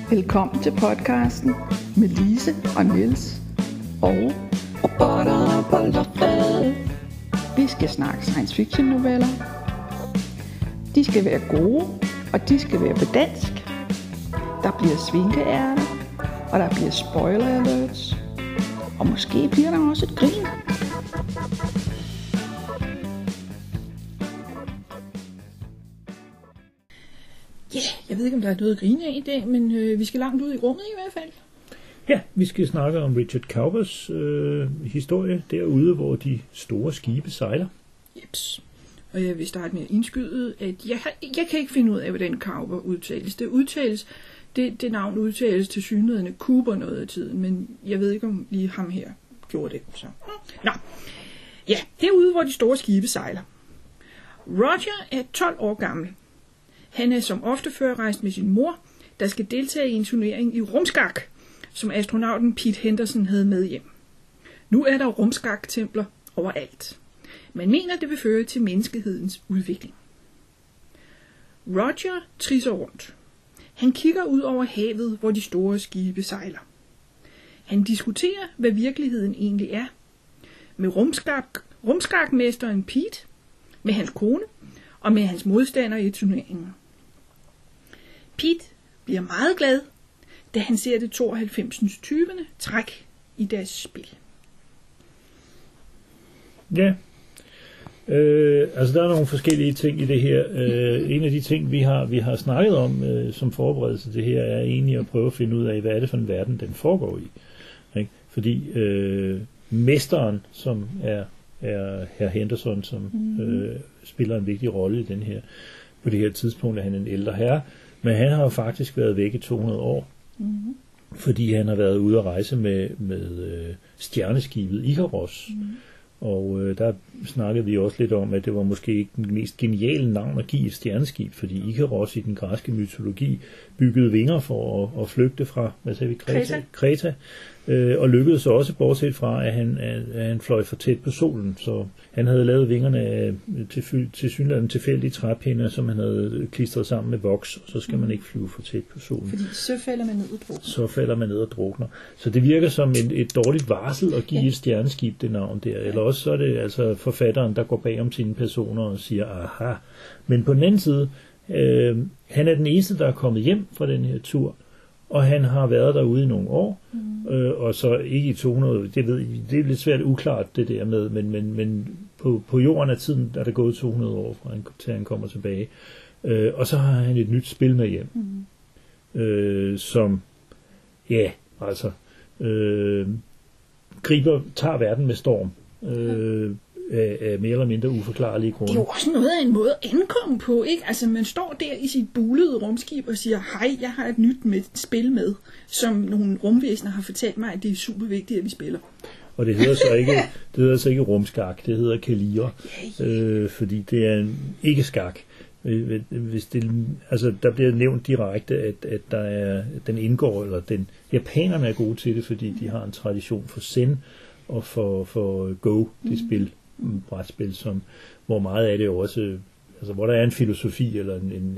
Velkommen til podcasten med Lise og Niels og robotter på loftet. Vi skal snakke science fiction noveller. De skal være gode, og de skal være på dansk. Der bliver svinkeærter, og der bliver spoiler alerts. Og måske bliver der også et grin. Jeg ved ikke, om der er noget at grine af i dag, men vi skal langt ud i rummet i hvert fald. Ja, vi skal snakke om Richard Cowpers historie derude, hvor de store skibe sejler. Jeps. Og jeg vil starte med at indskyde, at jeg kan ikke finde ud af, hvordan Cowper udtales. Det navn udtales til synligheden Cooper noget af tiden, men jeg ved ikke, om lige ham her gjorde det. Så. Nå. Ja, derude, hvor de store skibe sejler. Roger er 12 år gammel. Han er som ofte før rejst med sin mor, der skal deltage i en turnering i rumskak, som astronauten Pete Henderson havde med hjem. Nu er der rumskaktempler overalt. Man mener, det vil føre til menneskehedens udvikling. Roger trisser rundt. Han kigger ud over havet, hvor de store skibe sejler. Han diskuterer, hvad virkeligheden egentlig er. Med rumskakmesteren Pete, med hans kone og med hans modstander i turneringen. Pete bliver meget glad, da han ser det 92. 20. træk i deres spil. Ja, altså der er nogle forskellige ting i det her. En af de ting, vi har snakket om som forberedelse til det her, er egentlig at prøve at finde ud af, hvad er det for en verden, den foregår i. Ikke? Fordi mesteren, som er herr Henderson, som spiller en vigtig rolle i den her, på det her tidspunkt er han en ældre herre, men han har jo faktisk været væk i 200 år, fordi han har været ude at rejse med stjerneskibet Icaros. Og der snakkede vi også lidt om, at det var måske ikke den mest geniale navn at give et stjerneskib, fordi Icaros i den græske mytologi byggede vinger for at flygte fra, hvad sagde vi, Kreta, og lykkedes også, bortset fra, at han fløj for tæt på solen. Så han havde lavet vingerne af tilsyneladende tilfældige træpinde, som han havde klistret sammen med voks, og så skal man ikke flyve for tæt på solen. Fordi så falder man ned og drukner. Så det virker som et dårligt varsel at give et stjerneskib det navn der. Eller også så er det altså forfatteren, der går bag om sine personer og siger, aha. Men på den anden side, han er den eneste, der er kommet hjem fra den her tur, og han har været derude i nogle år, og så ikke i 200, det er lidt svært uklart det der med, men på jorden af tiden er der gået 200 år, fra til han kommer tilbage. Og så har han et nyt spil med hjem, som, ja, altså, tager verden med storm, af mere eller mindre uforklarlige grunde. Det er jo også noget af en måde at ankomme på, ikke? Altså man står der i sit bulede rumskib og siger, hej, jeg har et nyt spil med, som nogle rumvæsener har fortalt mig, at det er super vigtigt, at vi spiller. Og det hedder så ikke rumskak, det hedder Kalir, fordi det er ikke skak. Hvis det, altså der bliver nævnt direkte, at der er, den indgår, eller japanerne er gode til det, fordi de har en tradition for Zen og for Go, det spil, brætspil, hvor meget af det også, altså hvor der er en filosofi eller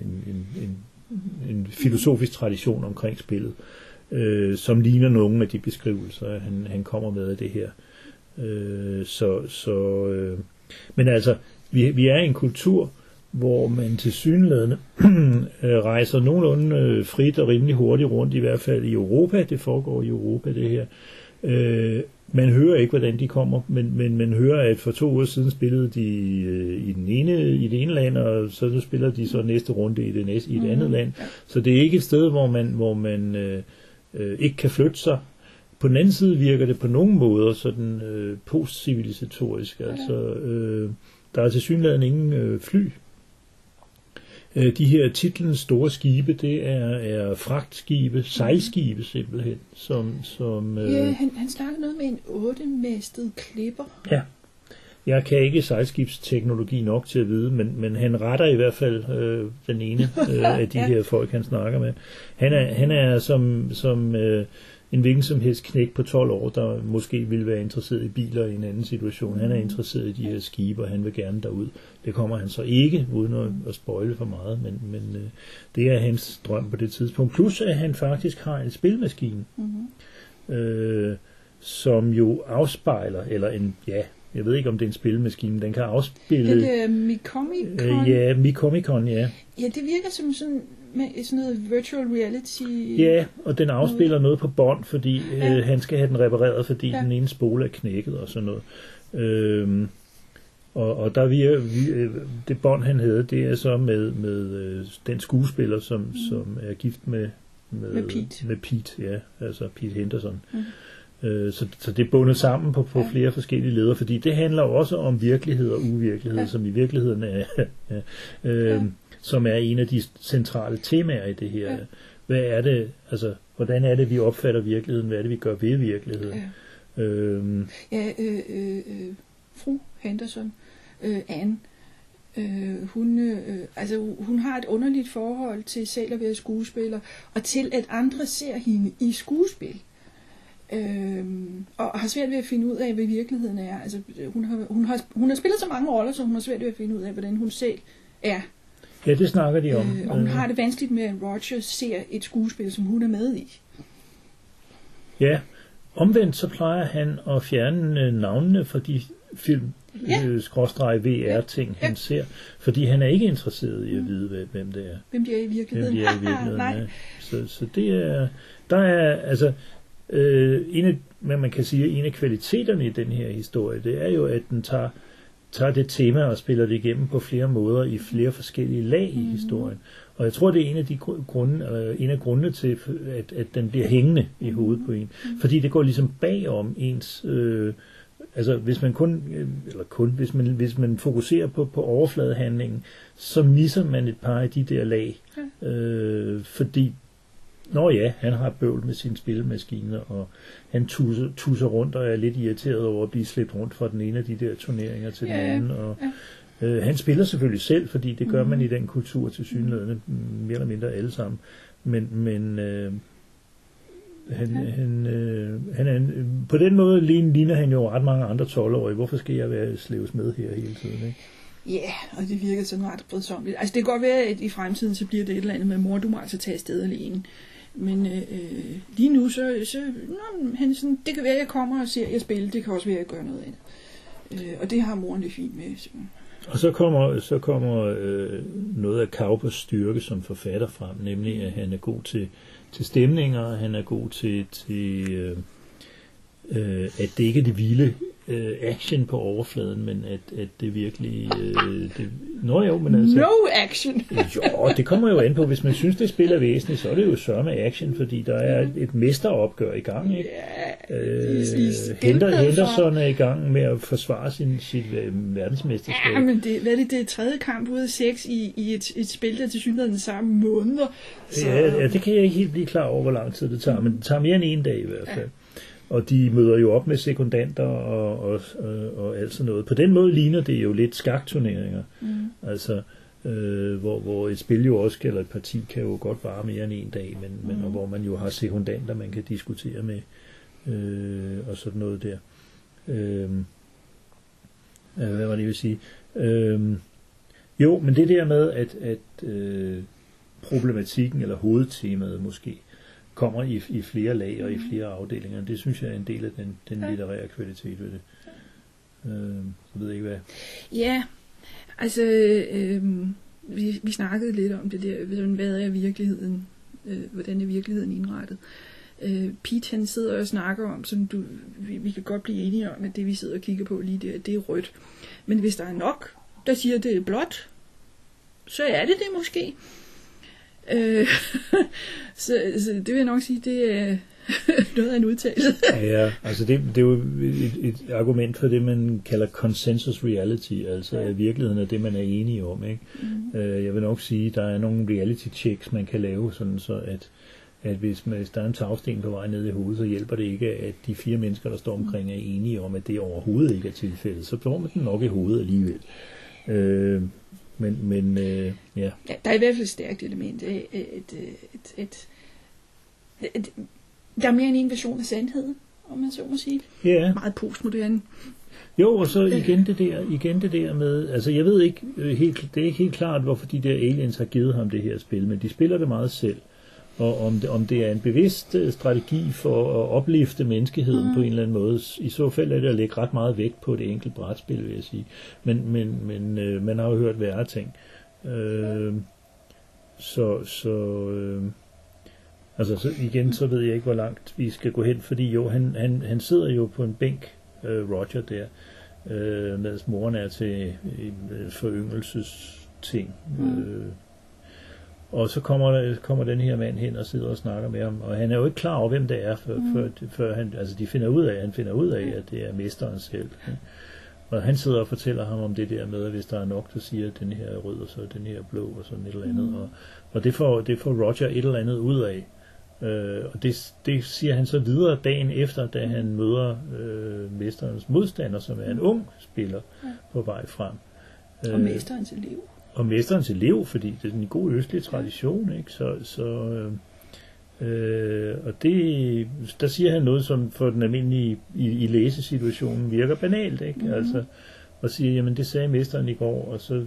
en filosofisk tradition omkring spillet, som ligner nogle af de beskrivelser, han kommer med af det her. Men altså, vi er i en kultur, hvor man tilsyneladende rejser nogenlunde frit og rimelig hurtigt rundt, i hvert fald i Europa. Det foregår i Europa, det her. Man hører ikke, hvordan de kommer, men man hører, at for 2 uger siden spillede de i det ene land, og så spiller de så næste runde i et andet land. Så det er ikke et sted, hvor man ikke kan flytte sig. På den anden side virker det på nogle måder sådan postcivilisatorisk. Altså, der er tilsyneladende ingen fly. De her titlens store skibe, det er fragtskibe, sejlskibe simpelthen. Han snakker noget med en 8-mastet klipper. Ja, Jeg kan ikke sejlskibsteknologi nok til at vide, men han retter i hvert fald den ene af de her folk, han snakker med. Han er som en hvilken som helst knæk på 12 år, der måske ville være interesseret i biler i en anden situation. Han er interesseret i de her skibe, og han vil gerne derud. Det kommer han så ikke, uden at spoile for meget, men det er hans drøm på det tidspunkt. Plus at han faktisk har en spilmaskine, som jo afspejler, eller jeg ved ikke om det er en spilmaskine, den kan afspille... Det er Micomicon? Ja, Micomicon, ja. Ja, det virker som sådan noget virtual reality... Ja, og den afspiller noget på bånd, fordi han skal have den repareret, fordi den ene spole er knækket og sådan noget. Og der det bånd, han havde, det er så med den skuespiller, som er gift med Pete, ja, altså Pete Henderson. Så det er bundet sammen på flere forskellige ledder, fordi det handler også om virkelighed og uvirkelighed, som i virkeligheden er, som er en af de centrale temaer i det her. Hvad er det, altså, hvordan er det, vi opfatter virkeligheden? Hvad er det, vi gør ved virkeligheden? Fru Henderson, Anne, hun har et underligt forhold til selv at være skuespiller, og til at andre ser hende i skuespil. Og har svært ved at finde ud af, hvad virkeligheden er. Altså, hun har spillet så mange roller, så hun har svært ved at finde ud af, hvordan hun selv er. Ja, det snakker de om. Og hun har det vanskeligt med, at Roger ser et skuespil, som hun er med i. Ja, omvendt så plejer han at fjerne navnene fra de film, VR-ting, han ser, fordi han er ikke interesseret i at vide, hvem det er. Hvem de er i virkeligheden. Ja. Så det er, der er, altså, hvad man kan sige, en af kvaliteterne i den her historie, det er jo, at den tager det tema og spiller det igennem på flere måder i flere forskellige lag i historien. Og jeg tror, det er en af grundene til, at den bliver hængende i hovedet på en. Fordi det går ligesom bagom ens... altså, hvis man fokuserer på overfladehandlingen, så misser man et par af de der lag. Fordi han har bøvl med sine spillemaskiner, og han tusser rundt og er lidt irriteret over at blive slæbt rundt fra den ene af de der turneringer til den anden. Og, han spiller selvfølgelig selv, fordi det gør man i den kultur tilsyneladende, mere eller mindre alle sammen. Men han er på den måde ligner han jo ret mange andre 12-årige. Hvorfor skal jeg være slæves med her hele tiden, ikke? Ja, og det virker sådan ret fredsomligt. Altså det kan godt være, at i fremtiden så bliver det et eller andet med, mor, du må altså tage afsted alene. Men lige nu, han sådan, det kan være, at jeg kommer og ser jer spille, det kan også være, at jeg gør noget andet. Og det har moren det fint med. Så. Og så kommer noget af Kaupers styrke som forfatter frem, nemlig at han er god til stemninger, han er god til at det ikke er det vilde action på overfladen, men at det virkelig... No action! Jo, det kommer jo an på. Hvis man synes, det spiller væsentligt, så er det jo sørme action, fordi der er et mesteropgør i gang, ikke? Henderson er i gang med at forsvare sit verdensmesterskab. Ja, men det er tredje kamp ud af 6 i et spil, der tilsyneladende samme måneder. Så... Ja, det kan jeg ikke helt blive klar over, hvor lang tid det tager, men det tager mere end en dag i hvert fald. Og de møder jo op med sekundanter og alt sådan noget. På den måde ligner det jo lidt skakturneringer. Altså, hvor et spil jo også, eller et parti, kan jo godt vare mere end en dag, men og hvor man jo har sekundanter, man kan diskutere med, og sådan noget der. Hvad var det, jeg vil sige? Jo, men det der med, at problematikken, eller hovedtemaet måske, kommer i flere lag og i flere afdelinger. Det synes jeg er en del af den litterære kvalitet ved det. Jeg ved ikke hvad. Ja, altså vi snakkede lidt om det der, hvad er virkeligheden, hvordan er virkeligheden indrettet. Pete han sidder og snakker om, som vi kan godt blive enige om, at det vi sidder og kigger på lige der, det er rødt. Men hvis der er nok, der siger, at det er blåt, så er det måske. Så det vil jeg nok sige, det er noget af en udtalelse. Ja, altså det er jo et argument for det, man kalder consensus reality, altså at virkeligheden er det, man er enige om, ikke? Jeg vil nok sige, der er nogle reality checks, man kan lave, sådan så at hvis der er en tagsten på vej ned i hovedet, så hjælper det ikke, at de 4 mennesker, der står omkring, er enige om, at det overhovedet ikke er tilfældet. Så får man den nok i hovedet alligevel. Ja. Der er i hvert fald et stærkt element af, der er mere en version af sandheden, om man så må sige. Ja. Meget postmoderne. Jo, og så igen det der med, altså jeg ved ikke helt, det er ikke helt klart, hvorfor de der aliens har givet ham det her spil, men de spiller det meget selv. Og om det er en bevidst strategi for at oplifte menneskeheden på en eller anden måde, i så fald er det at lægge ret meget vægt på det enkelte brætspil, vil jeg sige. Men man har jo hørt værre ting. Så igen, så ved jeg ikke, hvor langt vi skal gå hen, fordi jo, han sidder jo på en bænk, Roger der, mens moren er til foryngelsesting. Og så kommer den her mand hen og sidder og snakker med ham, og han er jo ikke klar over, hvem det er, før han finder ud af, at det er mesteren selv. Og han sidder og fortæller ham om det der med, at hvis der er nok, der siger, at den her er rød, og så den her er blå, og sådan et eller andet. Og det får Roger et eller andet ud af. Og det siger han så videre dagen efter, da han møder mesterens modstander, som er en ung spiller på vej frem. Og mesterens elev. Og mesterens elev, fordi det er en god østlig tradition, ikke? Og det, der siger han noget, som for den almindelige i læsesituationen virker banalt, ikke? Altså, og siger, jamen det sagde mesteren i går, og så...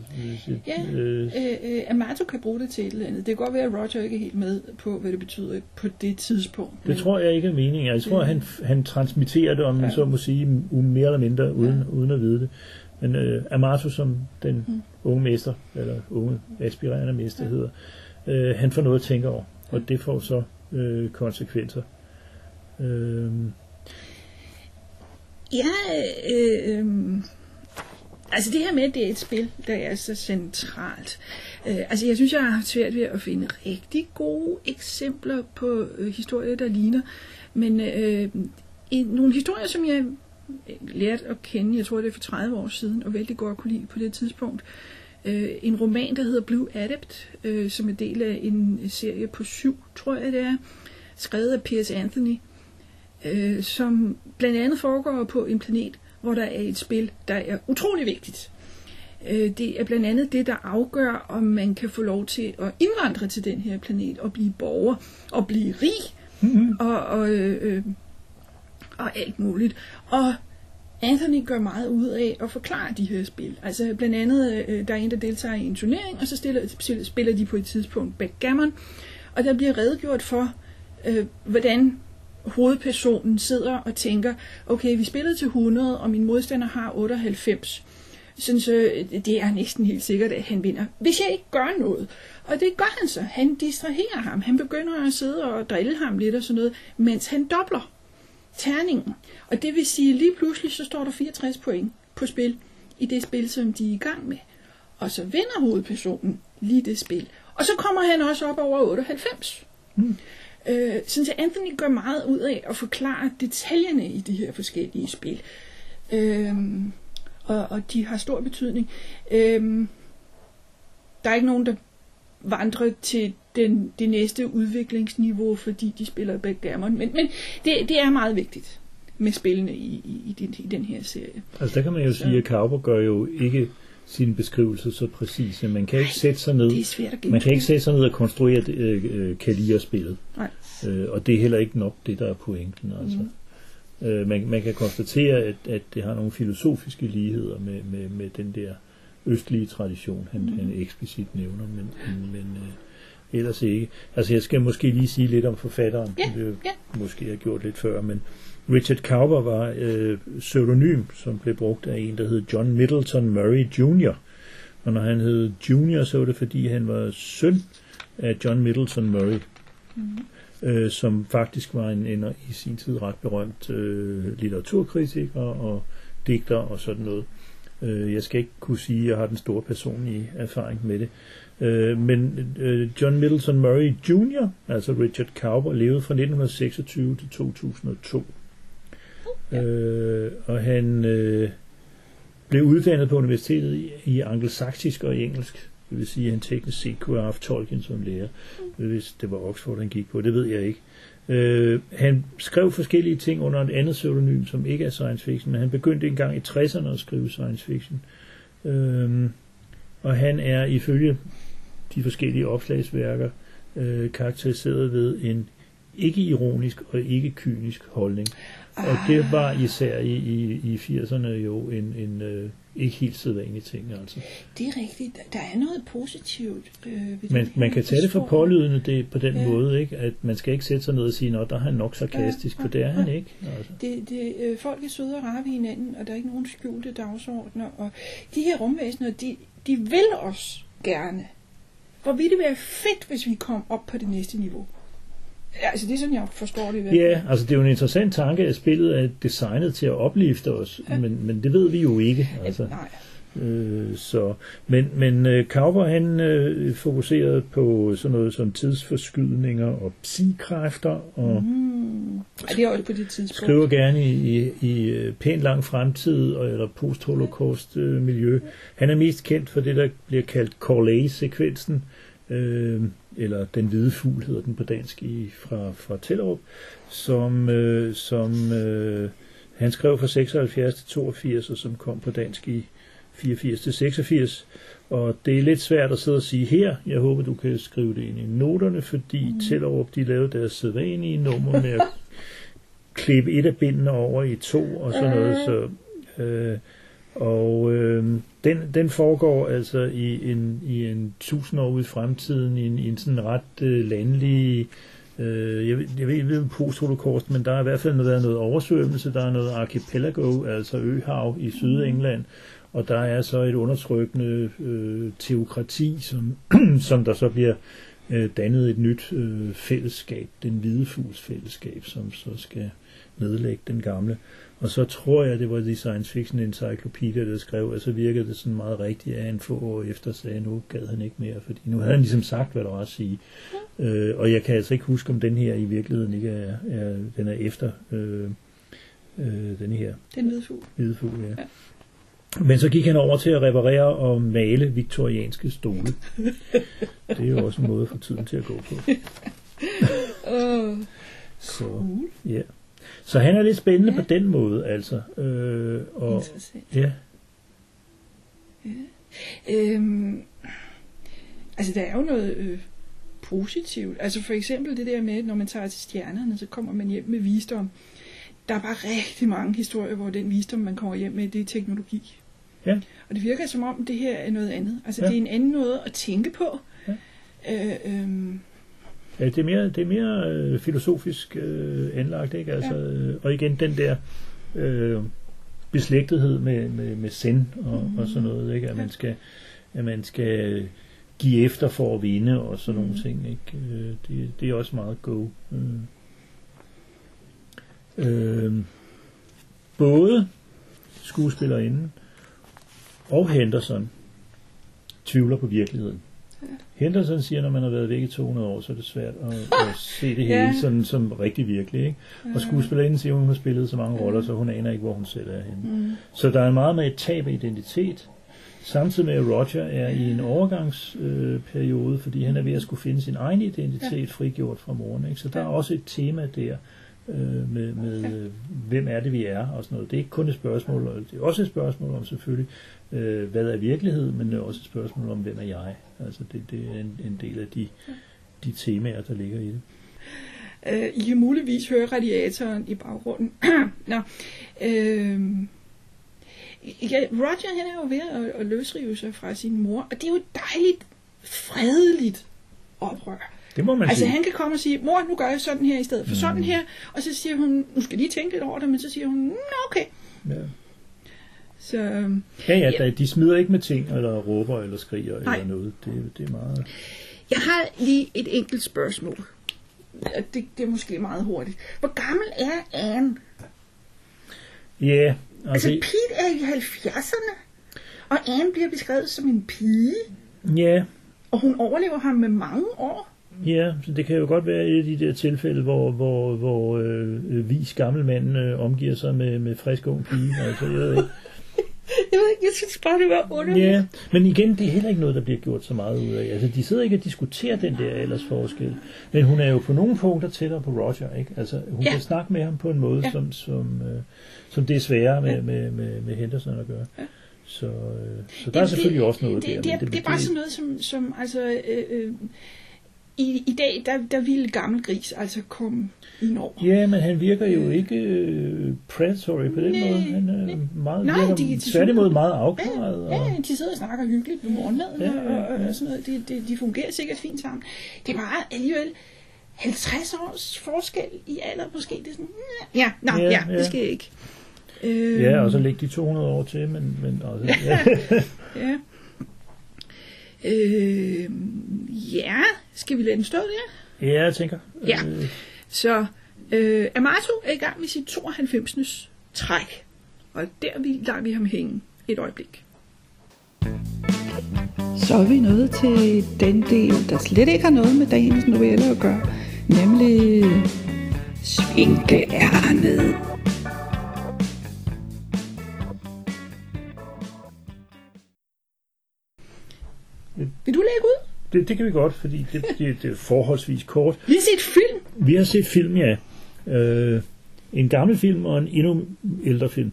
Amato kan bruge det til et eller andet. Det kan godt være, at Roger ikke er helt med på, hvad det betyder på det tidspunkt. Det tror jeg ikke er meningen. Jeg tror, han transmitterer det, om man så må sige, mere eller mindre, uden at vide det. Men Amato, som den unge mester, eller unge aspirerende mester hedder, han får noget at tænke over, og det får så konsekvenser. Altså det her med, at det er et spil, der er så centralt. Altså jeg synes, jeg har haft svært ved at finde rigtig gode eksempler på historier, der ligner. Men nogle historier, som jeg lærte at kende, jeg tror det er for 30 år siden, og vældig godt kunne lide på det tidspunkt. En roman, der hedder Blue Adept, som er del af en serie på 7, tror jeg det er, skrevet af Piers Anthony, som blandt andet foregår på en planet, hvor der er et spil, der er utrolig vigtigt. Det er blandt andet det, der afgør, om man kan få lov til at indvandre til den her planet og blive borger og blive rig og alt muligt. Og Anthony gør meget ud af at forklare de her spil. Altså blandt andet, der er en, der deltager i en turnering, og så spiller de på et tidspunkt backgammon, og der bliver redegjort for, hvordan hovedpersonen sidder og tænker, okay, vi spillede til 100, og min modstander har 98. Så det er næsten helt sikkert, at han vinder, hvis jeg ikke gør noget. Og det gør han så. Han distraherer ham. Han begynder at sidde og drille ham lidt og sådan noget, mens han dobler terningen. Og det vil sige, lige pludselig så står der 64 point på spil i det spil, som de er i gang med. Og så vinder hovedpersonen lige det spil. Og så kommer han også op over 98. Så Anthony gør meget ud af at forklare detaljerne i de her forskellige spil. Og de har stor betydning. Der er ikke nogen, der vandrer til det næste udviklingsniveau, fordi de spiller backgammon. Men det er meget vigtigt med spillene i den her serie. Altså der kan man jo sige, at Kauper gør jo ikke sine beskrivelser så præcise. Man kan ikke sætte sig ned. Det er svært at man kan ikke sætte sig ned og konstruere Kalia-spillet. Nej. Og det er heller ikke nok det, der er pointen. Altså. Man kan konstatere, at det har nogle filosofiske ligheder med den der østlige tradition, han eksplicit nævner, men ellers ikke. Altså jeg skal måske lige sige lidt om forfatteren, det måske har gjort lidt før, men Richard Kauper var pseudonym, som blev brugt af en, der hed John Middleton Murray Jr. Og når han hed Junior, så var det fordi han var søn af John Middleton Murray, som faktisk var en i sin tid ret berømt litteraturkritiker og digter og sådan noget. Jeg skal ikke kunne sige, at jeg har den store personlige erfaring med det. Men John Middleton Murray Jr., altså Richard Kauper, levede fra 1926 til 2002. Og han blev uddannet på universitetet i angelsaksisk og engelsk Det vil sige, at han teknisk set kunne have haft Tolkien som lærer, hvis det var Oxford, han gik på. Det ved jeg ikke. Han skrev forskellige ting under et andet pseudonym, som ikke er science fiction, men han begyndte engang i 60'erne at skrive science fiction. Og han er ifølge de forskellige opslagsværker karakteriseret ved en ikke-ironisk og ikke-kynisk holdning. Og det var især i 80'erne jo en ikke helt sædvanlig ting. Altså. Det er rigtigt. Der er noget positivt. Man kan tage det for pålydende det på den måde, ikke? At man skal ikke sætte sig ned og sige, at der er han nok sarkastisk, for det er han ikke. Altså. Folk er søde og rare ved hinanden, og der er ikke nogen skjulte dagsordner. Og de her rumvæsener, de vil os gerne. Hvor ville det være fedt, hvis vi kom op på det næste niveau? Ja, altså det er sådan, jeg forstår det. Ja, altså det er jo en interessant tanke, at spillet er designet til at oplifte os, men det ved vi jo ikke. Altså. Nej. Men Kauper, han fokuserede på sådan noget som tidsforskydninger og psi-kræfter, og det er også på det tidspunkt. Skriver gerne i pænt lang fremtid, eller post-holocaust miljø. Han er mest kendt for det, der bliver kaldt Corley-sekvensen, eller Den hvide fugl hedder den på dansk fra Tellerup, som han skrev fra 76 til 82, og som kom på dansk i 84 til 86. Og det er lidt svært at sidde og sige her. Jeg håber, du kan skrive det ind i noterne, fordi Tellerup, de lavede deres sædvanlige nummer med at klippe et af bindene over i 2 og sådan noget. Så, den foregår altså i en 1000 år ude i fremtiden, i en sådan ret landlig, jeg ved ikke post-holocaust, men der er i hvert fald noget oversvømmelse, der er noget archipelago, altså øhav i Sydengland, og der er så et undertrykkende teokrati, som der så bliver dannet et nyt fællesskab, den hvide fugls fællesskab, som så skal nedlægge den gamle. Og så tror jeg, det var de Science Fiction Encyclopedia, der skrev, og så virkede det sådan meget rigtigt, at han få år efter sagde, nu gad han ikke mere, fordi nu havde han ligesom sagt, hvad der var at sige. Og jeg kan altså ikke huske, om den her i virkeligheden ikke er den er efter den her. Den hvide fugl. Ja. Men så gik han over til at reparere og male viktorianske stole. Det er jo også en måde at få tiden til at gå på. Så, ja. Så han er lidt spændende på den måde, altså. Interessant. Ja. Altså, der er jo noget positivt. Altså, for eksempel det der med, når man tager til stjernerne, så kommer man hjem med visdom. Der er bare rigtig mange historier, hvor den visdom, man kommer hjem med, det er teknologi. Ja. Og det virker som om, det her er noget andet. Altså, det er en anden måde at tænke på. Ja. Ja, det er mere filosofisk anlagt, ikke? Altså, og igen den der beslægtethed med zen og sådan noget, ikke? At man skal give efter for at vinde og sådan nogle ting, ikke? Det er også meget go. Både skuespillerinden og Henderson tvivler på virkeligheden. Henderson siger, når man har været væk i 200 år, så er det svært at se det hele sådan, som rigtig virkelig. Ikke? Og skuespillerinden siger, at hun har spillet så mange roller, så hun aner ikke, hvor hun selv er henne. Så der er meget med et tab af identitet, samtidig med, at Roger er i en overgangsperiode, fordi han er ved at skulle finde sin egen identitet frigjort fra moren. Ikke? Så der er også et tema der med hvem er det, vi er, og sådan noget. Det er ikke kun et spørgsmål, og det er også et spørgsmål om selvfølgelig, hvad er virkelighed, men det er også et spørgsmål om, hvem er jeg. Altså det er en del af de temaer, der ligger i det. I kan muligvis høre radiatoren i baggrunden. Roger, han er jo ved at løsrive sig fra sin mor, og det er jo et dejligt, fredeligt oprør. Det må man altså sige. Han kan komme og sige, mor, nu gør jeg sådan her i stedet for sådan her, og så siger hun, nu skal lige tænke lidt over det, men så siger hun, okay. Ja. Så, de smider ikke med ting, eller råber, eller skriger, eller noget. Det er meget... Jeg har lige et enkelt spørgsmål. Det er måske meget hurtigt. Hvor gammel er Anne? Ja, altså Pete er i 70'erne, og Anne bliver beskrevet som en pige. Ja. Og hun overlever ham med mange år. Ja, så det kan jo godt være et af de der tilfælde, hvor vis gammel mand omgiver sig med frisk ung pige. Altså, jeg ved ikke. Jeg synes bare, det var underligt. Ja, men igen, det er heller ikke noget, der bliver gjort så meget ud af. Altså, de sidder ikke og diskuterer den der aldersforskel. Men hun er jo på nogle punkter tættere på Roger, ikke? Altså, hun kan snakke med ham på en måde, som det er sværere med Henderson at gøre. Ja. Så der er selvfølgelig også noget der. Det er bare sådan noget, som altså... I dag, der ville gammel gris altså komme ind over. Ja, men han virker jo ikke predatory på den måde. Han er meget, tværtimod meget afklaret. Ja, de sidder og snakker hyggeligt med morgenmaden og sådan noget. De fungerer sikkert fint sammen. Det er bare alligevel 50 års forskel i alder måske. Det er sådan, det skal jeg ikke. Ja, og så lægge de 200 år til, men også... Ja. Skal vi lade den stå der? Ja, jeg tænker. Ja, så Amato er i gang med sit 92. træk, og der lader vi ham hænge et øjeblik. Så er vi nået til den del, der slet ikke har noget med dagens novelle at gøre, nemlig Svinkeærnet. Vil du lægge ud? Det kan vi godt, fordi det er forholdsvis kort. Vi har set film. Vi har set film, ja. En gammel film og en endnu ældre film.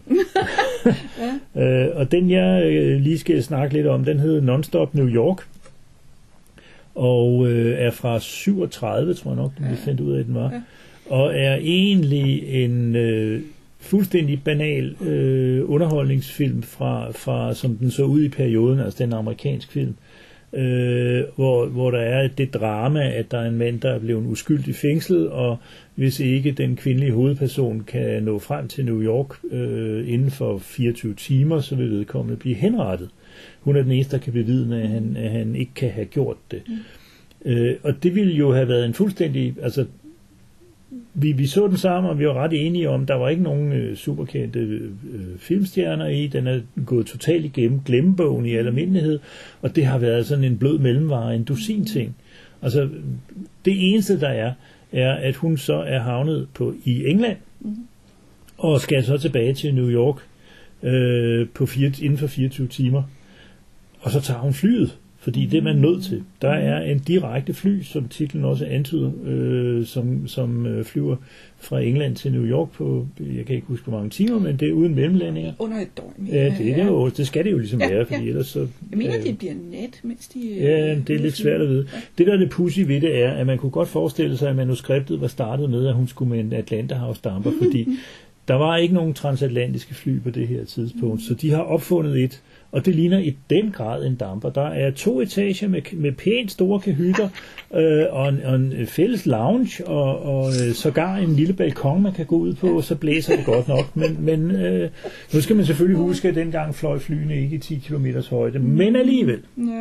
Og den, jeg lige skal snakke lidt om, den hedder Non-Stop New York. Og er fra 37, tror jeg nok, vi fandt ud af, at den var. Og er egentlig en fuldstændig banal underholdningsfilm fra som den så ud i perioden, altså den amerikansk film. Hvor der er det drama, at der er en mand, der er blevet uskyldigt fængslet, og hvis ikke den kvindelige hovedperson kan nå frem til New York inden for 24 timer, så vil vedkommende blive henrettet. Hun er den eneste, der kan bevidne, at han ikke kan have gjort det. Og det ville jo have været en fuldstændig... Altså, vi så den sammen, og vi var ret enige om, der var ikke nogen superkendte filmstjerner i. Den er gået totalt igennem glemmebogen i almindelighed, og det har været sådan en blød mellemvare, en dusin ting. Altså, det eneste, der er, at hun så er havnet i England, og skal så tilbage til New York inden for 24 timer. Og så tager hun flyet, fordi det er man nødt til. Der er en direkte fly, som titlen også antyder, som flyver fra England til New York på, jeg kan ikke huske hvor mange timer, men det er uden mellemlandinger. Under et døgn. Ja, det skal det jo ligesom være, fordi ellers så... Jeg mener, det bliver nat, mens de... Ja, det er lidt svært at vide. Ja. Det, der er det pudsige ved det, er, at man kunne godt forestille sig, at manuskriptet var startet med, at hun skulle med en Atlanterhavsdamper, fordi der var ikke nogen transatlantiske fly på det her tidspunkt, så de har opfundet et, og det ligner i den grad en damper. Der er 2 etager med pænt store kahytter, og en fælles lounge, og sågar en lille balkon, man kan gå ud på, så blæser det godt nok. Men nu skal man selvfølgelig huske, at dengang fløj flyene ikke i 10 km højde, men alligevel.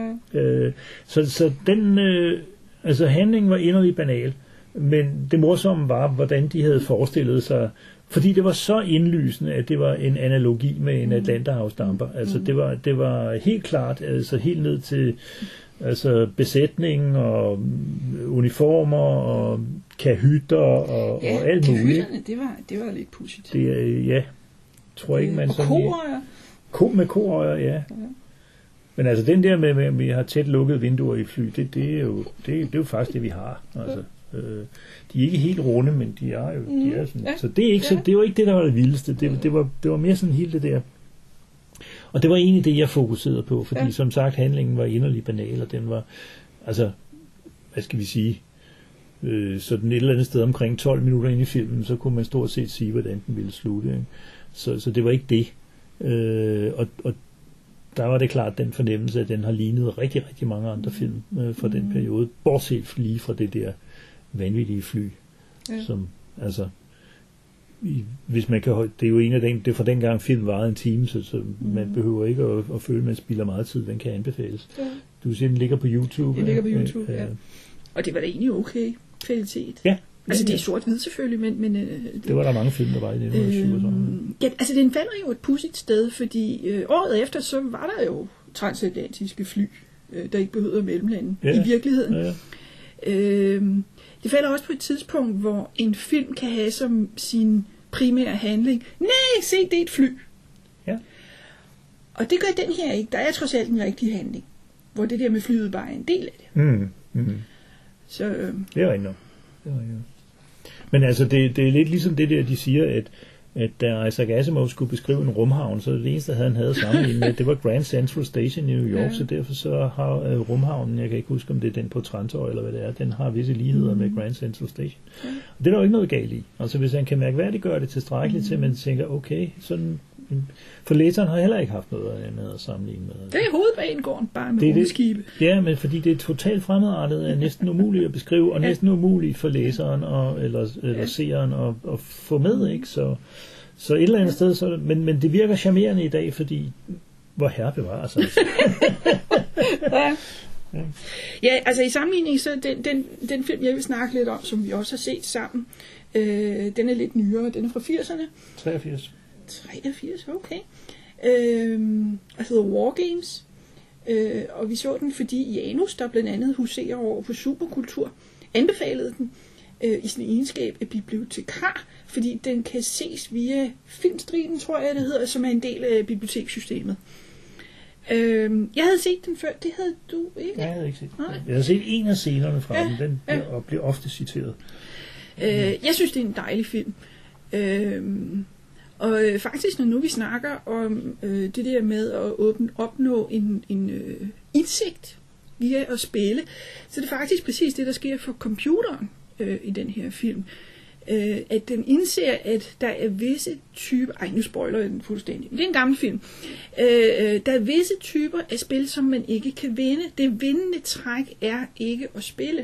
Så den, altså handlingen var inderligt banal, men det morsomme var, hvordan de havde forestillet sig, fordi det var så indlysende, at det var en analogi med en Atlanterhavsdamper. Altså det var helt klart, altså helt ned til altså besætning og uniformer og kahytter og alt muligt. Det var lidt pudsigt. Ja, tror ikke man sådan. Koøjer. Med koøjer, ja. Men altså den der med, at vi har tæt lukkede vinduer i fly, det er jo faktisk det vi har. Altså. De er ikke helt runde, men de er jo de er sådan. Så det er ikke det var ikke det, der var det vildeste. Det var mere sådan helt det der. Og det var egentlig det, jeg fokuserede på, fordi som sagt, handlingen var inderlig banal, og den var, altså, hvad skal vi sige, sådan et eller andet sted omkring 12 minutter ind i filmen, så kunne man stort set sige, hvordan den ville slutte. Ikke? Så det var ikke det. Og der var det klart den fornemmelse, at den har lignet rigtig, rigtig mange andre film fra den periode, bortset lige fra det der vanvittige fly, som altså hvis man kan det er jo en af dem, det fra dengang film varede en time, så man behøver ikke at føle, at man spilder meget tid, den kan anbefales. Du siger, den ligger på YouTube. Den ligger på YouTube, ja. Og det var da egentlig okay kvalitet. Ja. Altså det er sort-hvid selvfølgelig, men det var der mange film, der var i 1907. Ja, altså den falder jo et pudsigt sted, fordi året efter, så var der jo transatlantiske fly, der ikke behøvede at mellemlande i virkeligheden. Ja. Det falder også på et tidspunkt, hvor en film kan have som sin primære handling, nej, se, det er et fly. Ja. Og det gør den her ikke. Der er trods alt en rigtig handling, hvor det der med flyet bare er en del af det. Så, det er rigtigt. Men altså, det er lidt ligesom det der, de siger, at da Isaac Asimov skulle beskrive en rumhavn, så det eneste, han havde sammenlignet med, det var Grand Central Station i New York, så derfor så har rumhavnen, jeg kan ikke huske, om det er den på Trantor, eller hvad det er, den har visse ligheder med Grand Central Station. Og det er der jo ikke noget galt i. Altså, hvis han kan mærkværdiggøre det tilstrækkeligt til, at man tænker, okay, sådan. For læseren har heller ikke haft noget andet at sammenligne med. Det er hovedbanegården, bare med rumskibe. Ja, men fordi det er totalt fremmedartet, er næsten umuligt at beskrive, og næsten umuligt for læseren eller seeren at få med, ikke? Så et eller andet sted, så, men det virker charmerende i dag, fordi hvor herre bevares altså. Ja, altså i sammenligning, så den film, jeg vil snakke lidt om, som vi også har set sammen, den er lidt nyere, den er fra 80'erne. 83, okay. Og hedder War Games. Og vi så den, fordi Janus, der blandt andet huserer over på Superkultur, anbefalede den i sin egenskab af bibliotekar, fordi den kan ses via Filmstriben, tror jeg det hedder, som er en del af bibliotekssystemet. Jeg havde set den før, det havde du ikke? Jeg havde ikke set den. Jeg havde set en af scenerne fra den, bliver ofte citeret. Jeg synes, det er en dejlig film. Og faktisk, når nu vi snakker om det der med at opnå en indsigt via at spille, så er det faktisk præcis det, der sker for computeren i den her film. At den indser, at der er visse typer. Nu spoiler jeg den fuldstændig. Det er en gammel film. Der er visse typer af spil, som man ikke kan vinde. Det vindende træk er ikke at spille.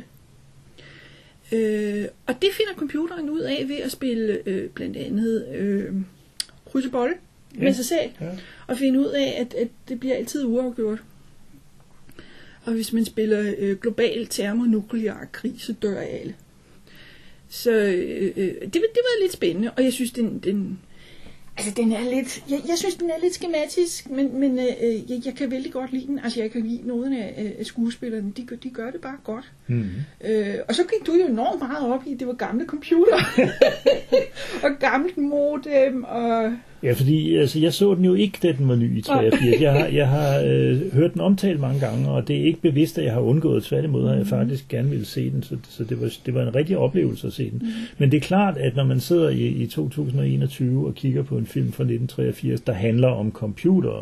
Og det finder computeren ud af ved at spille blandt andet krydsebold med sig selv, og finde ud af, at det bliver altid uafgjort. Og hvis man spiller global termonuklear krig, så dør alle. Så det var lidt spændende, og jeg synes, den er lidt, jeg synes, den er lidt skematisk, men jeg kan vældig godt lide den. Altså, jeg kan lide nogle af skuespillerne, de gør det bare godt. Og så gik du jo enormt meget op i, det var gamle computer, og gammelt modem, og... Ja, fordi altså, jeg så den jo ikke, da den var ny i 83. Jeg har hørt den omtalt mange gange, og det er ikke bevidst, at jeg har undgået. Tværtimod har jeg faktisk gerne ville se den, så det var en rigtig oplevelse at se den. Men det er klart, at når man sidder i 2021 og kigger på en film fra 1983, der handler om computere,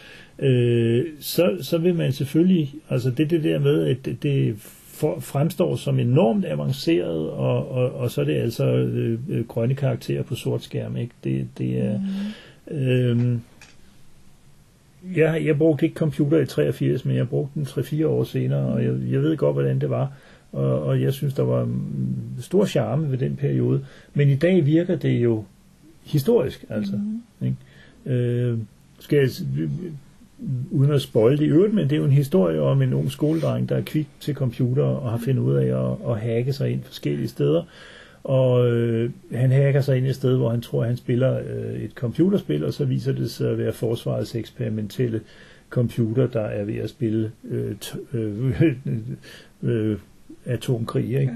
så vil man selvfølgelig, altså det der med, at det fremstår som enormt avanceret, og så er det altså grønne karakterer på sort skærm, ikke? Det er jeg brugte ikke computer i 83, men jeg brugte den 3-4 år senere, og jeg ved godt, hvordan det var, og jeg synes, der var stor charme ved den periode, men i dag virker det jo historisk, altså. Ikke? Skal jeg uden at spoile det i øvrigt, men det er jo en historie om en ung skoledreng, der er kvik til computer og har fundet ud af at hacke sig ind forskellige steder. Og han hacker sig ind et sted, hvor han tror, at han spiller et computerspil, og så viser det sig at være forsvarets eksperimentelle computer, der er ved at spille atomkrig, ikke?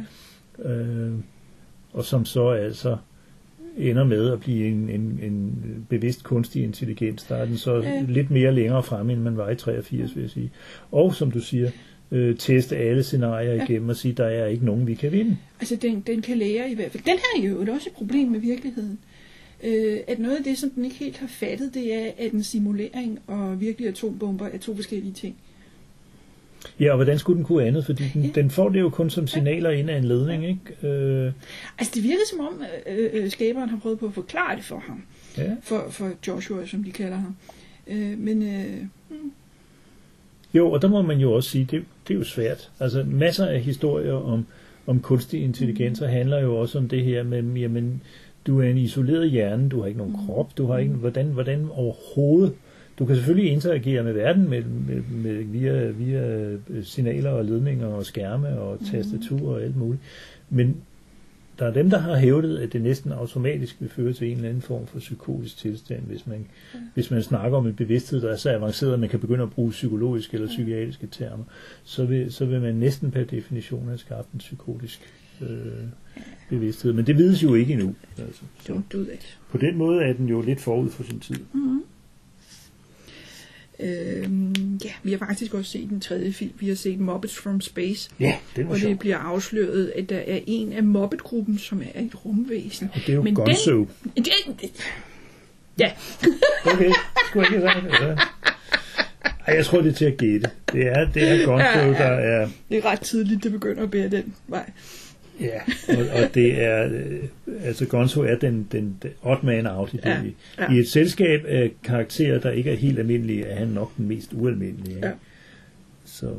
Og som så altså ender med at blive en bevidst kunstig intelligens. Der er den så lidt mere længere fremme, end man var i 83, vil jeg sige. Og som du siger, teste alle scenarier igennem og sige, der er ikke nogen, vi kan vinde. Altså den kan lære i hvert fald. Den her er jo også et problem med virkeligheden. At noget af det, som den ikke helt har fattet, det er, at en simulering og virkelig atombomber er to forskellige ting. Ja, og hvordan skulle den kunne andet? Fordi den får det jo kun som signaler ind af en ledning, ikke? Altså det virker som om, skaberen har prøvet på at forklare det for ham. Ja. For Joshua, som de kalder ham. Jo, og der må man jo også sige, det er jo svært. Altså masser af historier om kunstig intelligens handler jo også om det her med, jamen, du er en isoleret hjerne, du har ikke nogen krop, du har ikke, hvordan overhovedet. Du kan selvfølgelig interagere med verden via signaler og ledninger og skærme og tastatur og alt muligt. Men der er dem, der har hævdet, at det næsten automatisk vil føre til en eller anden form for psykotisk tilstand, hvis man snakker om en bevidsthed, der er så avanceret, at man kan begynde at bruge psykologiske eller psykiatriske termer, så vil man næsten per definition have skabt en psykotisk bevidsthed. Men det vides jo ikke endnu. Altså. Don't do that. På den måde er den jo lidt forud for sin tid. Mm-hmm. Vi har faktisk også set den tredje film. Vi har set Muppets from Space. Ja, det var og sjovt. det bliver afsløret, at der er en af Muppet-gruppen, som er et rumvæsen. Og det er jo Gonzo. Ja. Okay, skulle jeg ikke have sagt det? Ja. Ej, jeg tror, det er til at gætte. Det er Gonzo, der er... Det er ret tidligt, det begynder at bære den vej. Ja, og det er... altså, Gonzo er den odd man out i det. I et selskab af karakterer, der ikke er helt almindelige, er han nok den mest ualmindelige. Ja. Så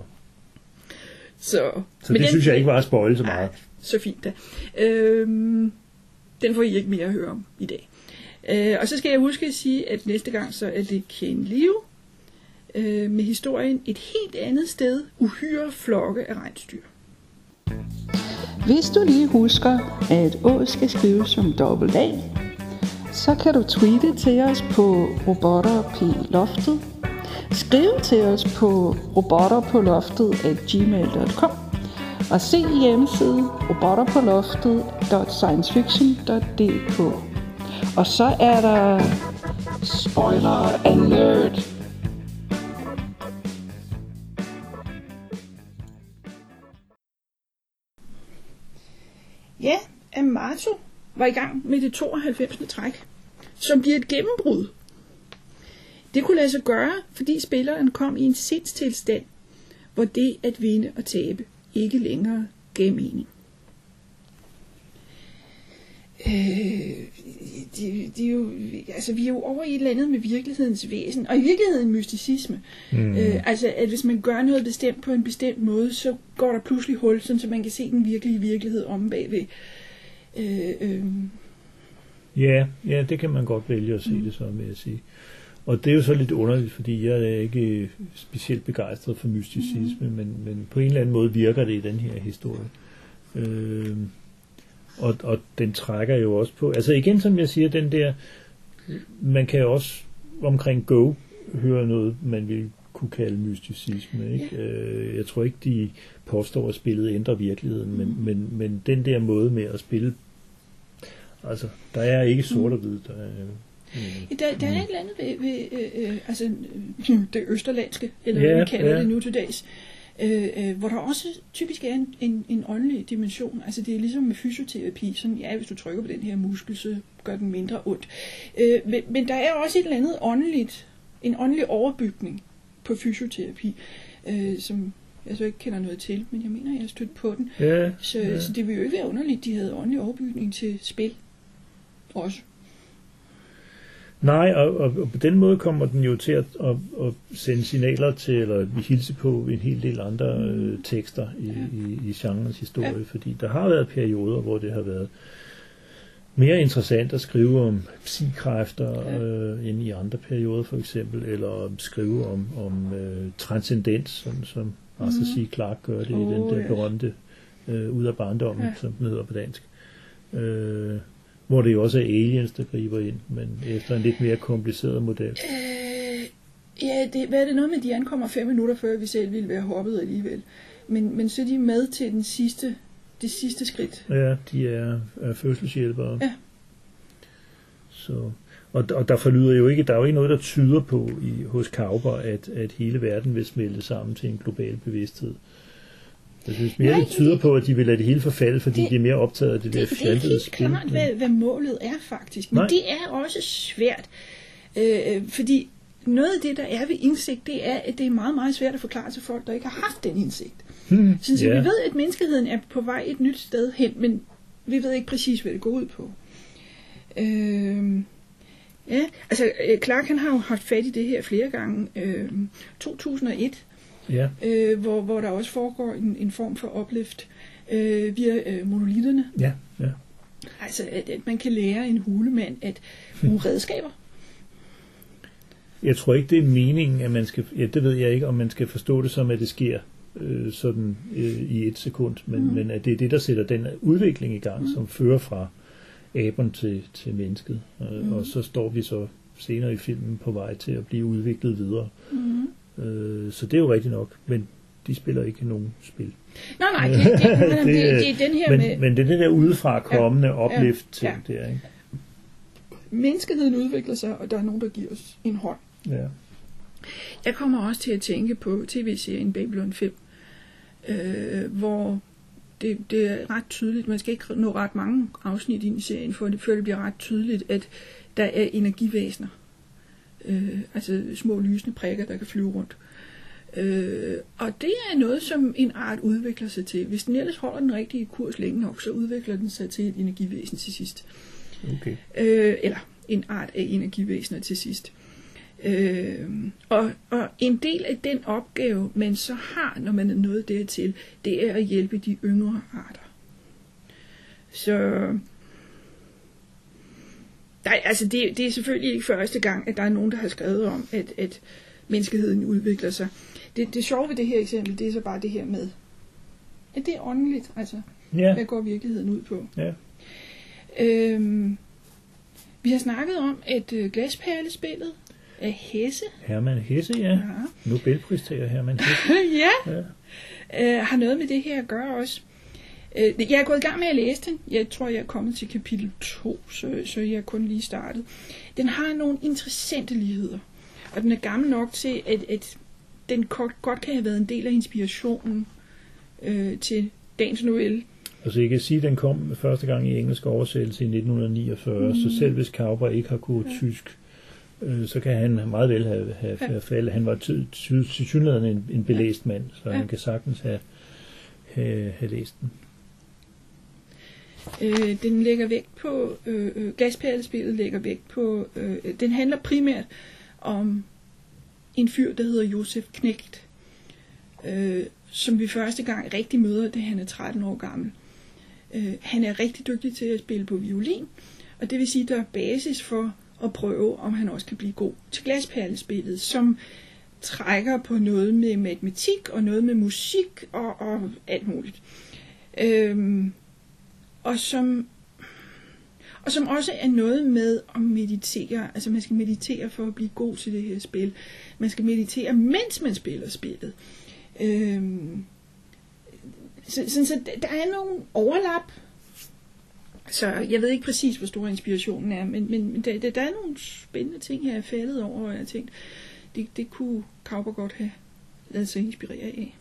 det synes jeg ikke var at spoile så meget. Så fint da. Den får I ikke mere at høre om i dag. Og så skal jeg huske at sige, at næste gang så er det Ken Liu med historien et helt andet sted, uhyre flokke af rensdyr. Hvis du lige husker, at Å skal skrives som dobbelt A, så kan du tweete til os på robotterploftet, skrive til os på robotterpåloftet@gmail.com og se hjemmesiden robotterpåloftet.sciencefiction.dk. Og så er der spoiler alert. Ja, Amato var i gang med det 92. træk, som bliver et gennembrud. Det kunne lade sig gøre, fordi spilleren kom i en sindstilstand, hvor det at vinde og tabe ikke længere gav mening. Vi er jo over i et eller andet med virkelighedens væsen, og i virkeligheden mysticisme. Altså, at hvis man gør noget bestemt på en bestemt måde, så går der pludselig hul, så man kan se den virkelige virkelighed om bagved. Ja, det kan man godt vælge at se det så, vil jeg sige. Og det er jo så lidt underligt, fordi jeg er ikke specielt begejstret for mysticisme, men på en eller anden måde virker det i den her historie. Og den trækker jo også på, altså igen som jeg siger, den der, man kan jo også omkring Go høre noget, man vil kunne kalde mysticisme, ikke? Ja. Jeg tror ikke, de påstår, at spillet ændrer virkeligheden, men den der måde med at spille, altså der er ikke sort og hvid, der er et eller andet ved det østerlandske, eller hvad vi kalder det nu til dags, hvor der også typisk er en åndelig dimension. Altså det er ligesom med fysioterapi, sådan, hvis du trykker på den her muskel, så gør den mindre ondt. Men der er også et eller andet åndeligt, en åndelig overbygning på fysioterapi, som jeg så ikke kender noget til, men jeg mener, jeg har stødt på den. Så det vil jo ikke være underligt, de havde åndelig overbygning til spil også. Nej, og på den måde kommer den jo til at sende signaler til, eller hilse på en hel del andre tekster i genrens historie, fordi der har været perioder, hvor det har været mere interessant at skrive om psikræfter end i andre perioder for eksempel, eller skrive om transcendens, som Arthur C. Clarke gør det i den der berømte Ud af barndommen, som den hedder på dansk. Hvor det jo også er aliens, der griber ind, men efter en lidt mere kompliceret model. Hvad er det noget med, de ankommer 5 minutter før vi selv ville være hoppet alligevel. Men så er de med til det sidste skridt. Ja, de er fødselshjælpere. Ja. Så, og der forlyder jo ikke, der er jo ikke noget, der tyder på hos Kauper, at hele verden vil smelte sammen til en global bevidsthed. Jeg synes mere, det tyder på, at de vil lade det hele forfalde, fordi de er mere optaget af det der fjandede spil. Det er helt klart, hvad målet er faktisk. Men det er også svært. Fordi noget af det, der er ved indsigt, det er, at det er meget, meget svært at forklare til folk, der ikke har haft den indsigt. Så vi ved, at menneskeheden er på vej et nyt sted hen, men vi ved ikke præcis, hvad det går ud på. Clark han har jo haft fat i det her flere gange. 2001, hvor der også foregår en form for oplift via monolitterne. Ja. Altså, at man kan lære en hulemand at bruge redskaber. Jeg tror ikke, det er meningen, at man skal... Ja, det ved jeg ikke, om man skal forstå det som, at det sker sådan i et sekund, men at det er det, der sætter den udvikling i gang, som fører fra aberen til mennesket. Og så står vi så senere i filmen på vej til at blive udviklet videre. Så det er jo rigtigt nok, men de spiller ikke nogen spil. Nej, det er den her men det er det der udefra kommende oplift til der, ikke? Menneskeheden udvikler sig, og der er nogen, der giver os en hånd. Ja. Jeg kommer også til at tænke på tv-serien Babylon 5, hvor det er ret tydeligt, man skal ikke nå ret mange afsnit ind i serien, før det bliver ret tydeligt, at der er energivæsener. Altså små lysende prikker, der kan flyve rundt. Og det er noget, som en art udvikler sig til. Hvis den ellers holder den rigtige kurs længe nok, så udvikler den sig til et energivæsen til sidst. Okay. Eller en art af energivæsener til sidst. Og en del af den opgave, man så har, når man er nået dertil, det er at hjælpe de yngre arter. Så altså det er selvfølgelig ikke første gang, at der er nogen, der har skrevet om, at menneskeheden udvikler sig. Det sjove ved det her eksempel, det er så bare det her med, at det er åndeligt, altså. Ja. Hvad går virkeligheden ud på? Ja. Vi har snakket om, at glasperlespillet af Hesse. Hermann Hesse, ja. Nobelpristager Hermann Hesse. Ja. Har noget med det her at gøre også. Jeg er gået i gang med at læse den. Jeg tror, jeg er kommet til kapitel 2, så jeg er kun lige startet. Den har nogle interessante ligheder. Og den er gammel nok til, at den godt kan have været en del af inspirationen til dagens novelle. Altså jeg kan sige, at den kom første gang i engelsk oversættelse i 1949, så selv hvis Kauper ikke har kunnet tysk, så kan han meget vel have faldet. Han var tilsyneladende en belæst mand, så han kan sagtens have læst den. Den lægger vægt på, glasperlespillet lægger vægt på, den handler primært om en fyr, der hedder Josef Knecht, som vi første gang rigtig møder, da han er 13 år gammel. Han er rigtig dygtig til at spille på violin, og det vil sige, at der er basis for at prøve, om han også kan blive god til glasperlespillet, som trækker på noget med matematik og noget med musik og alt muligt. Og som også er noget med at meditere. Altså man skal meditere for at blive god til det her spil. Man skal meditere, mens man spiller spillet. Så der er nogle overlap. Så jeg ved ikke præcis, hvor stor inspirationen er, men der er nogle spændende ting, jeg er faldet over, og jeg har tænkt, det kunne Kauper godt have ladet sig inspirere af.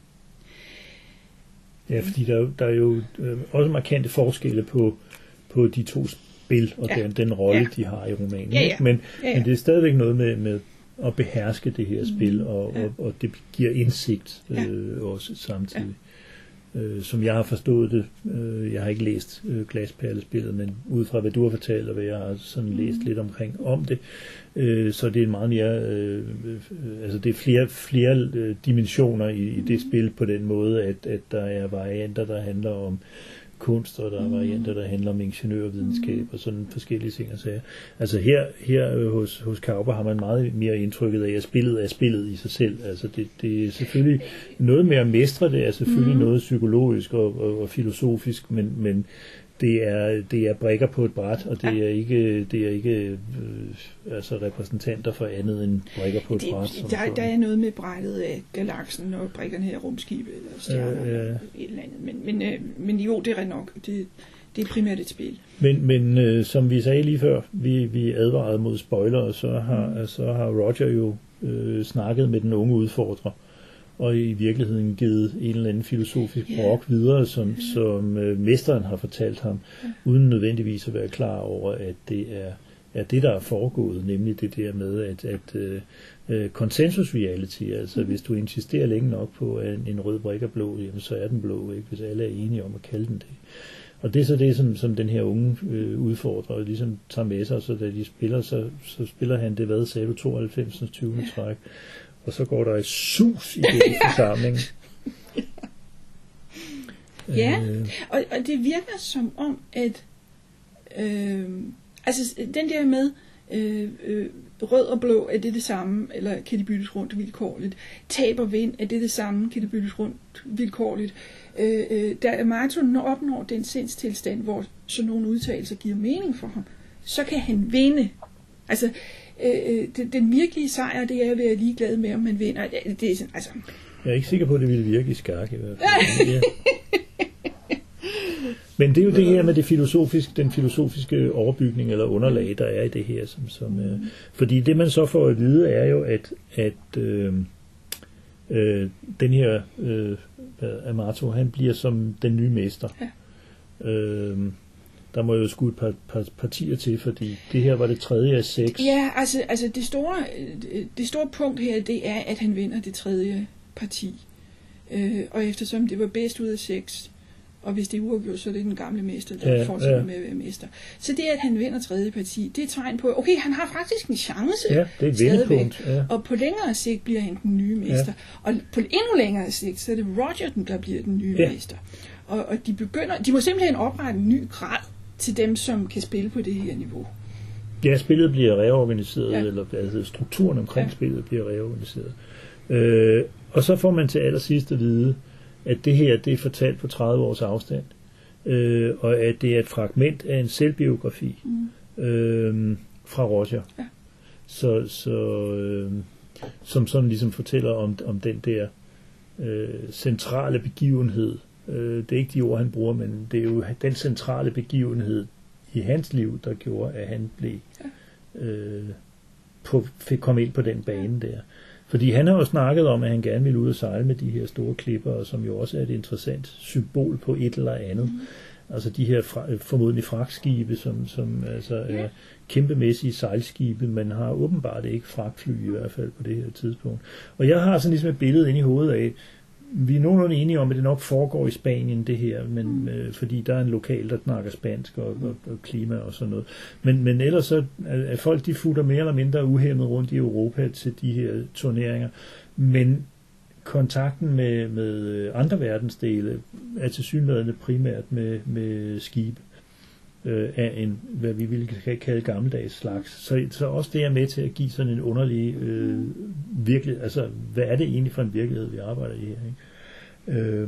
Ja, fordi der er jo også markante forskelle på de to spil, og den rolle, de har i romanen. Ja. Men det er stadigvæk noget med at beherske det her spil, og det giver indsigt også samtidig. Som jeg har forstået det, jeg har ikke læst glasperlespillet, men ud fra hvad du har fortalt, og hvad jeg har sådan læst lidt omkring om det, så det er meget mere, altså det er flere dimensioner i det spil på den måde, at der er varianter, der handler om kunst, og der er varianter, der handler om ingeniørvidenskab og sådan forskellige ting og sager. Altså her hos Kauper har man meget mere indtrykket af, at spillet er spillet i sig selv. Altså det er selvfølgelig noget med at mestre det, er selvfølgelig noget psykologisk og filosofisk, men det er brikker på et bræt, og det er ikke altså repræsentanter for andet end brikker på et bræt. Der er noget med brættet af galaksen og brikkerne her rumskibet eller stjerner eller et eller andet. Men jo, det er nok. Det er primært et spil. Men som vi sagde lige før, vi advarede mod spoiler, og så har Roger jo snakket med den unge udfordrer, og i virkeligheden givet en eller anden filosofisk brok videre, som mesteren har fortalt ham, uden nødvendigvis at være klar over, at det er det, der er foregået, nemlig det der med, at consensus reality, altså hvis du insisterer længe nok på, at en rød brik er blå, jamen, så er den blå, ikke? Hvis alle er enige om at kalde den det. Og det er så det, som den her unge udfordrer ligesom tager med sig, så da de spiller, så spiller han det, hvad sagde du, 92. 20. træk. Og så går der et sus i den forsamling. Ja, og det virker som om, at altså den der med rød og blå, er det samme, eller kan de byttes rundt vilkårligt? Tab og vind, er det samme, kan de byttes rundt vilkårligt? Da Martin opnår den sindstilstand, hvor sådan nogle udtalelser giver mening for ham, så kan han vinde. Altså, den virkelige sejr, det er at være ligeglad med, om man vinder. Det er sådan, altså. Jeg er ikke sikker på, at det ville virke i skak i hvert fald. Men det er jo det her med den filosofiske overbygning eller underlag, der er i det her. Fordi det man så får at vide er jo, at den her Amato, han bliver som den nye mester. Ja. Der må jo sgu et par partier til, fordi det her var det 3. af 6. Ja, altså det store punkt her, det er, at han vinder det 3. parti. Og eftersom det var bedst ud af 6, og hvis det er uafgjort, så er det den gamle mester, der fortsætter med at være mester. Så det, at han vinder 3. parti, det er et tegn på, okay, han har faktisk en chance. Ja, det er et vendepunkt. Ja. Og på længere sigt bliver han den nye mester. Ja. Og på endnu længere sigt, så er det Roger, der bliver den nye mester. Og de må simpelthen oprette en ny grad til dem, som kan spille på det her niveau. Ja, spillet bliver reorganiseret, eller altså strukturen omkring spillet bliver reorganiseret. Og så får man til allersidst at vide, at det her, det er fortalt på 30 års afstand, og at det er et fragment af en selvbiografi fra Roger. Ja. Som sådan ligesom fortæller om den der centrale begivenhed. Det er ikke de ord, han bruger, men det er jo den centrale begivenhed i hans liv, der gjorde, at han kom ind på den bane der. Fordi han har jo snakket om, at han gerne ville ud og sejle med de her store klipper, som jo også er et interessant symbol på et eller andet. Altså de her formodentlig fragtskibe, som altså er kæmpemæssige sejlskibe, men har åbenbart ikke fragtfly i hvert fald på det her tidspunkt. Og jeg har sådan ligesom et billede inde i hovedet af, vi er nogenlunde enige om, at det nok foregår i Spanien, det her, men, fordi der er en lokal, der snakker spansk og klima og sådan noget. Men ellers så er folk, de futter mere eller mindre uhæmmet rundt i Europa til de her turneringer. Men kontakten med andre verdensdele er tilsyneladende primært med skibe af en, hvad vi ville kalde gammeldags slags. Så også det er med til at give sådan en underlig virkelig, altså hvad er det egentlig for en virkelighed, vi arbejder i her, ikke?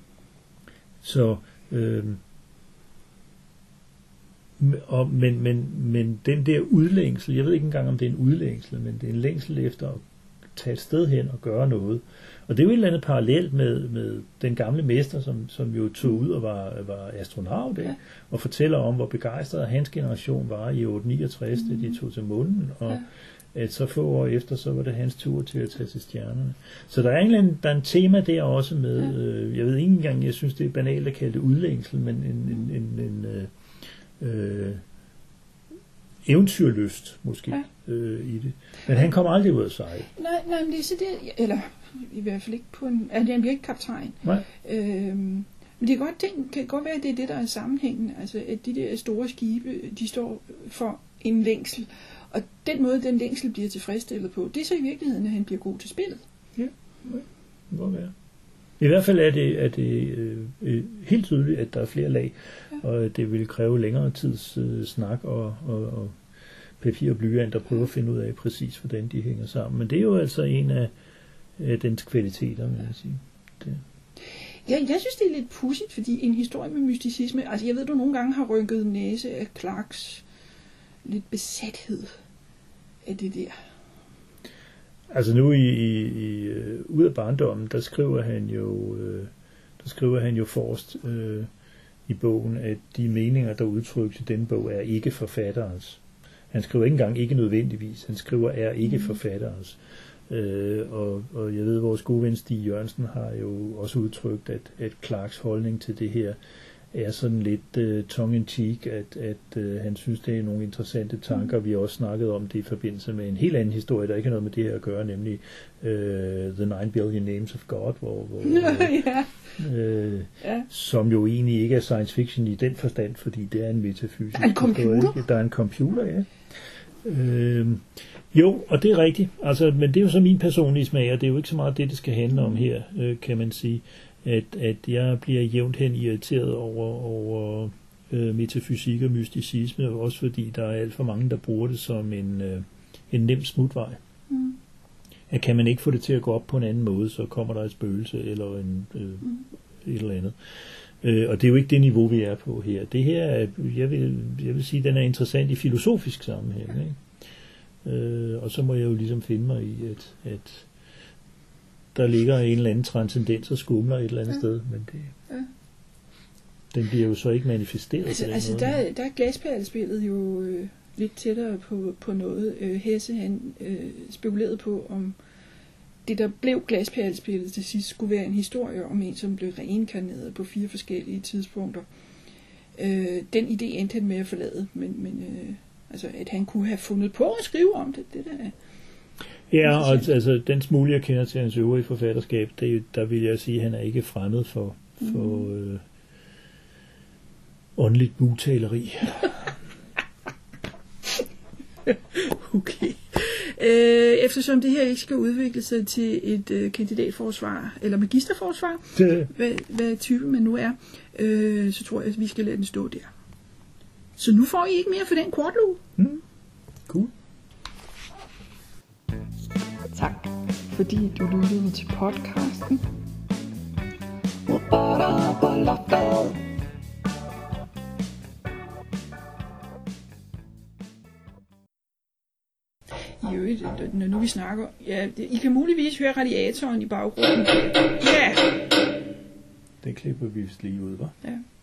Men den der udlængsel, jeg ved ikke engang om det er en udlængsel, men det er en længsel efter at tage et sted hen og gøre noget. Og det er jo et eller andet parallelt med den gamle mester, som jo tog ud og var astronaut, og fortæller om, hvor begejstret hans generation var i 869, da de tog til månen, og at så få år efter, så var det hans tur til at tage til stjernerne. Så der er en tema der også med, jeg ved ikke engang, jeg synes det er banalt at kalde det udlængsel, men en eventyrlyst måske i det. Men han kommer aldrig ud af sig. Nej, men det er så det, eller i hvert fald ikke på han bliver ikke kaptajn. Men det kan godt være, at det er det, der er sammenhængen. Altså, at de der store skibe, de står for en længsel. Og den måde, den længsel bliver tilfredsstillet på, det er så i virkeligheden, at han bliver god til spillet. Ja, det kan godt være. I hvert fald er det helt tydeligt, at der er flere lag, og det vil kræve længere tids snak og papir og blyant, der prøver at finde ud af præcis, hvordan de hænger sammen. Men det er jo altså en af dens kvaliteter, vil jeg sige. Det. Ja, jeg synes, det er lidt pudsigt, fordi en historie med mysticisme, altså jeg ved, du nogle gange har rynket næse af Clarks lidt besathed af det der. Altså nu i ud af barndommen, der skriver han jo forrest i bogen, at de meninger, der udtrykkes i den bog, er ikke forfatterens. Han skriver ikke engang ikke nødvendigvis, han skriver er ikke forfatterens. Og jeg ved, at vores gode ven Stig Jørgensen har jo også udtrykt, at Clarks holdning til det her er sådan lidt tongue-in-cheek, at han synes, det er nogle interessante tanker. Vi har også snakket om det i forbindelse med en helt anden historie, der ikke har noget med det her at gøre, nemlig The 9 Billion Names of God, som jo egentlig ikke er science fiction i den forstand, fordi det er en metafysisk. Der er en computer? Der er en computer, ja. Jo, og det er rigtigt. Altså, men det er jo så min personlige smag, og det er jo ikke så meget det skal handle om her, kan man sige. At jeg bliver jævnt hen irriteret over metafysik og mysticisme, også fordi der er alt for mange, der bruger det som en nem smutvej. At kan man ikke få det til at gå op på en anden måde, så kommer der et spøgelse eller et eller andet. Og det er jo ikke det niveau, vi er på her. Det her er, jeg vil sige, den er interessant i filosofisk sammenhæng. Ikke? Og så må jeg jo ligesom finde mig i, at der ligger en eller anden transcendens og skumler et eller andet sted. Men det... Den bliver jo så ikke manifesteret Altså der er glaspærlespillet jo lidt tættere på noget. Hesse, han spekulerede på, om det, der blev glaspærlespillet til sidst, skulle være en historie om en, som blev reinkarneret på 4 forskellige tidspunkter. Den idé endte han med at forlade, men altså, at han kunne have fundet på at skrive om det der. Ja, og altså den smule, jeg kender til hans øvrige forfatterskab, der vil jeg sige, at han er ikke fremmed for åndeligt bugtaleri. Okay. Eftersom det her ikke skal udvikle sig til et kandidatforsvar eller magisterforsvar, hvad type man nu er, så tror jeg, at vi skal lade den stå der. Så nu får I ikke mere for den kortlue. Cool. Tak, fordi du lyttede til podcasten. I øvrigt, når nu vi snakker, ja, I kan muligvis høre radiatoren i baggrunden. Ja! Det klipper vi vist lige ud, hva'? Ja.